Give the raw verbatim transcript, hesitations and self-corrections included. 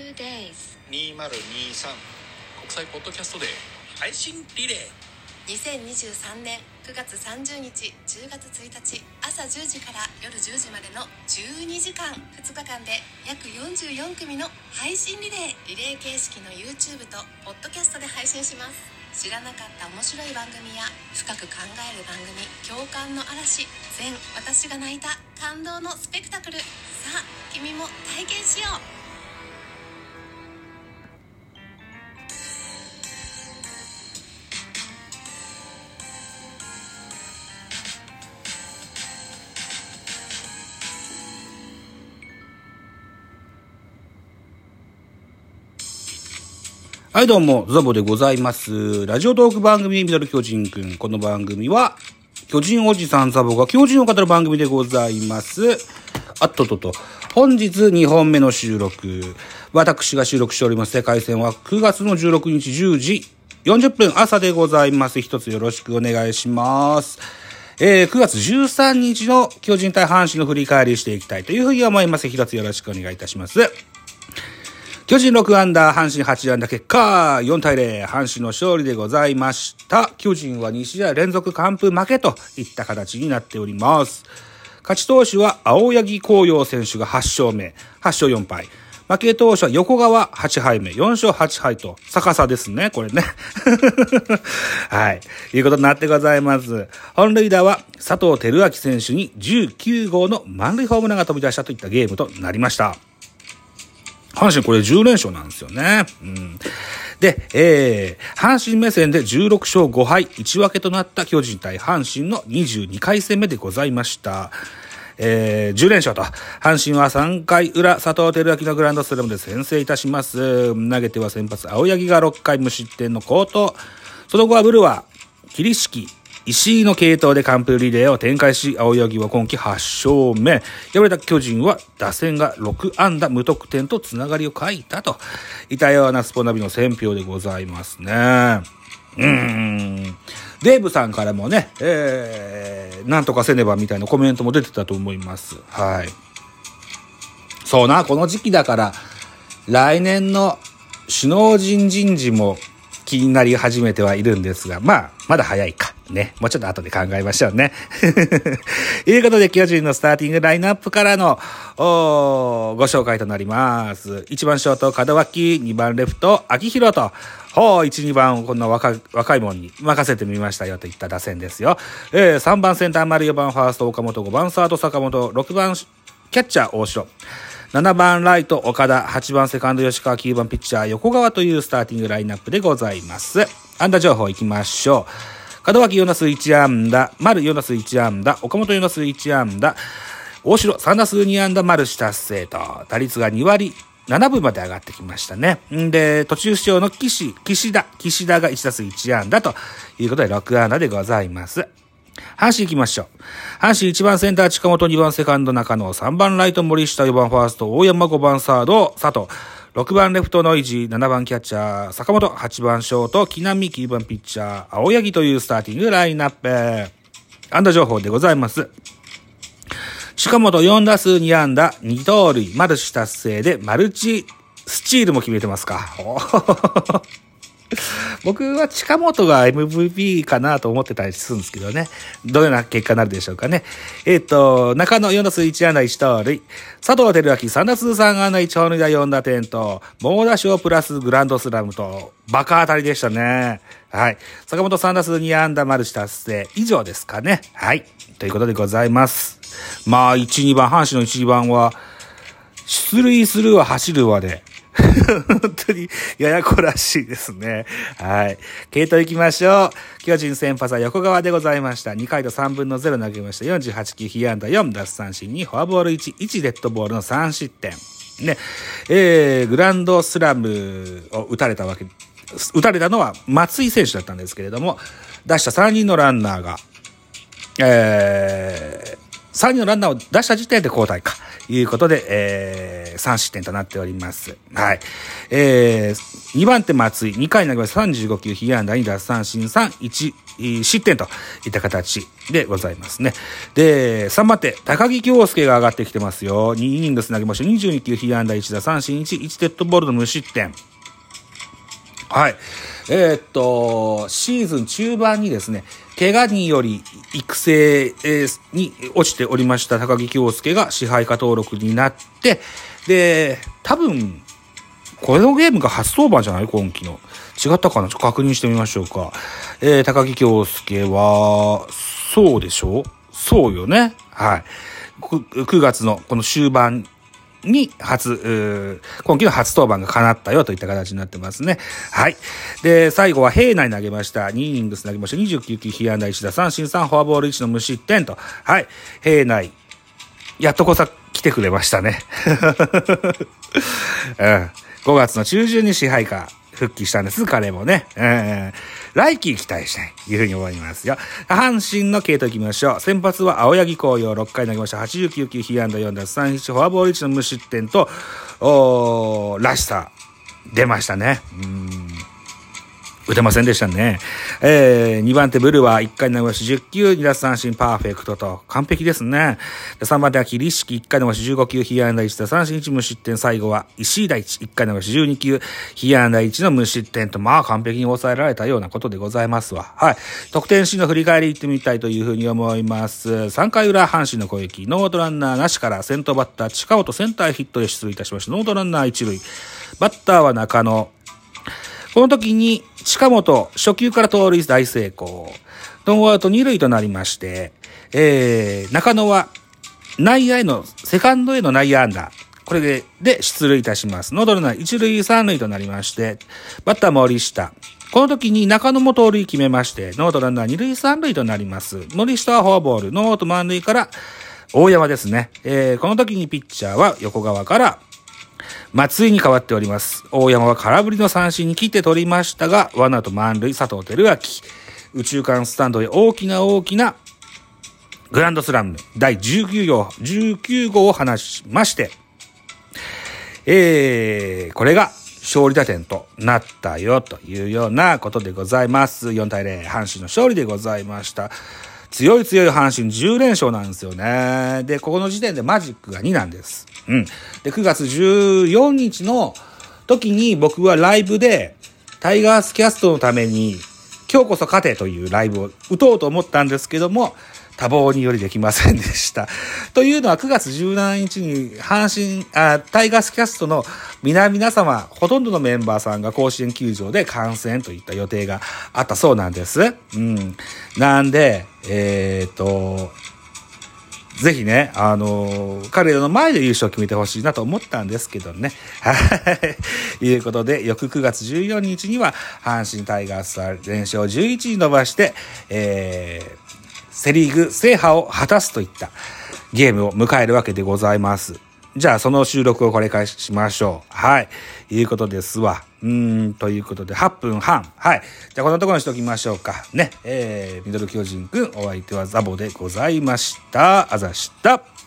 にせんにじゅうさん国際ポッドキャストデー配信リレーにせんにじゅうさんねんくがつさんじゅうにちじゅうがつついたち朝じゅうじから夜じゅうじまでのじゅうにじかんふつかかんで約よんじゅうよんくみの配信リレーリレー形式の YouTube とポッドキャストで配信します。知らなかった面白い番組や深く考える番組、共感の嵐、全私が泣いた感動のスペクタクル、さあ君も体験しよう。 はいどうも、ザボでございます。ラジオトーク番組ミドル巨人くん。この番組は、巨人おじさんザボが巨人を語る番組でございます。あっとっとと、本日にほんめの収録。私が収録しております世界戦はくがつのじゅうろくにちじゅうじよんじゅっぷん朝でございます。一つよろしくお願いします。えー、くがつじゅうさんにちの巨人対阪神の振り返りしていきたいというふうに思います。一つよろしくお願いいたします。巨人ろくアンダー、阪神はちアンダー、結果よんたいゼロ、阪神の勝利でございました。巨人はにしあい連続完封負けといった形になっております。勝ち投手は青柳晃洋選手がはちしょうめ、はちしょうよんぱい。負け投手は横川はちはいめ、よんしょうはちはいと逆さですね、これね。はい。いうことになってございます。本塁打は佐藤輝明選手にじゅうきゅうごうの満塁ホームランが飛び出したといったゲームとなりました。阪神これじゅうれんしょうなんですよね。うん、で、えー、阪神目線でじゅうろくしょうごはい、いちわけとなった巨人対阪神のにじゅうにかいせんめでございました。えー、じゅうれんしょうと、阪神はさんかいうら、佐藤輝明のグランドスラムで先制いたします。投げては先発、青柳がろっかい無失点の好投。その後はブルワー、桐敷、石井の継投で完封リレーを展開し、青柳は今季はちしょうめ。敗れた巨人は打線がろくあんだ無得点とつながりを欠いたといったようなスポナビの選評でございますね。うーん。デーブさんからもね、えー、なんとかせねばみたいなコメントも出てたと思います。はい。そうな、この時期だから、来年の首脳陣人事も気になり始めてはいるんですが、まあ、まだ早いか。ね。もうちょっと後で考えましょうね。ということで、巨人のスターティングラインナップからのご紹介となります。いちばんショート、門脇、にばんレフト、秋広と、ほう、いち、にばん、こんな若い、若いもんに任せてみましたよといった打線ですよ。えー、さんばんセンター丸、よばんファースト、岡本、ごばんサード、坂本、ろくばんキャッチャー、大城。ななばんライト岡田、はちばんセカンド吉川、きゅうばんピッチャー横川というスターティングラインナップでございます。安打情報いきましょう。門脇よんだすういちあんだ、丸よんだすういちあんだ、岡本よんだすういちあんだ、大城さんだすうにあんだ、丸達成と、打率がにわりななぶまで上がってきましたね。んで、途中出場の岸、岸田、岸田がいちだすういちあんだということでろくあんだでございます。阪神行きましょう。阪神いちばんセンター近本、にばんセカンド中野、さんばんライト森下、よばんファースト大山、ごばんサード佐藤、ろくばんレフトノイジー、ななばんキャッチャー坂本、はちばんショート木浪、きゅうばんピッチャー青柳というスターティングラインナップ。安打情報でございます。近本よんだすうにあんだ、にとうるい、マルチ達成でマルチスチールも決めてますか。僕は近本が エムブイピー かなと思ってたりするんですけどね。どのような結果になるでしょうかね。えっと、中野よんだすういちあんだいちとうるい。佐藤輝明さんだすうさんあんだいちほんるいだよんだてんと、猛打賞プラスグランドスラムと、バカ当たりでしたね。はい。坂本さんだすうにあんだマルチ達成以上ですかね。はい。ということでございます。まあ、いち、にばん、阪神のいち、にばんは、出塁するわ走るわで、本当にややこらしいですね。はい。系統行きましょう。巨人先発は横川でございました。にかいとさんぶんのゼロ投げました。よんじゅうはちきゅう、被安打よん、奪三振にフォアボールいち、いちデッドボールのさんしってん。ね。えー、グランドスラムを打たれたわけ、打たれたのは松井選手だったんですけれども、出したさんにんのランナーが、えー、 さんにんのランナーを出した時点で交代か、いうことで、えー、さん失点となっております。はい。えー、にばん手松井、にかい投げましたさんじゅうご球、被安打に奪三振さん、いち失点といった形でございますね。で、さんばん手、高木京介が上がってきてますよ。にイニングス投げましたにじゅうに球、被安打いち奪三振いち、いちデッドボールの無失点。はい。えー、っと、シーズン中盤にですね、怪我により育成に落ちておりました高木京介が支配下登録になって、で、多分、これのゲームが初登板じゃない今季の。違ったかなちょっと確認してみましょうか。えー、高木京介は、そうでしょうそうよね。はい。くがつのこの終盤に初、今季の初登板が叶ったよといった形になってますね。はい。で、最後は平内投げました。にイニングス投げました。にじゅうきゅう球、被安打いち打三振さん、フォアボールいちの無失点と。はい。平内、やっとこさ来てくれましたね。うん、ごがつの中旬に支配下復帰したんです。彼もね。うん、来季期待したいというふうに思いますよ。阪神の系統いきましょう。先発は青柳紅葉ろっかい投げました。はちじゅうきゅう球、被安打よん奪三振、フォアボールいちの無失点と、おーらしさ出ましたね。うーん打てませんでしたね。えー、にばん手ブルはいっかい投げましたじゅっ球、に奪三振パーフェクトと完璧ですね。さんばん手は桐敷いっかい投げましたじゅうご球、被安打いち奪三振いち無失点。最後は石井大地いっかい投げましたじゅうに球、被安打いちの無失点と、まあ完璧に抑えられたようなことでございますわ。はい。得点シーンの振り返りいってみたいというふうに思います。さんかい裏阪神の攻撃、ノーアウトランナーなしから先頭バッター近本センターヒットで出塁いたしました。ノーアウトランナー一塁。バッターは中野。この時に近本初球から盗塁大成功。ノーアウト二塁となりまして、えー、中野は内野への、セカンドへの内野安打。これで、で出塁いたします。ノーアウトランナー一塁三塁となりまして、バッター森下。この時に中野も盗塁決めまして、ノーアウトランナー二塁三塁となります。森下はフォアボール。ノーアウト満塁から大山ですね。えー、この時にピッチャーは横側から松井に変わっております。大山は空振りの三振に切って取りましたが、ワンアウト満塁、佐藤輝明。宇宙間スタンドへ大きな大きなグランドスラムだいじゅうきゅう号、じゅうきゅう号を放しまして、えー、これが勝利打点となったよというようなことでございます。よんたいゼロ、阪神の勝利でございました。強い強い阪神じゅう連勝なんですよね。で、ここの時点でマジックがになんです。うん。で、くがつじゅうよっかの時に僕はライブでタイガースキャストのために今日こそ勝てというライブを打とうと思ったんですけども、多忙によりできませんでした。というのはくがつじゅうしちにちに阪神あ、タイガースキャストの皆々様、ほとんどのメンバーさんが甲子園球場で観戦といった予定があったそうなんです。うん。なんで、えーっと、ぜひね、あのー、彼らの前で優勝を決めてほしいなと思ったんですけどね。はい。いうことで、翌くがつじゅうよっかには、阪神タイガースは連勝じゅういちに伸ばして、えー、セリーグ制覇を果たすといったゲームを迎えるわけでございます。じゃあその収録をこれからしましょう。はい。いうことですわ。うーん、ということではっぷんはん。はい。じゃあこのところにしておきましょうか。ね。えー、ミドル巨人くん、お相手はザボでございました。あざした。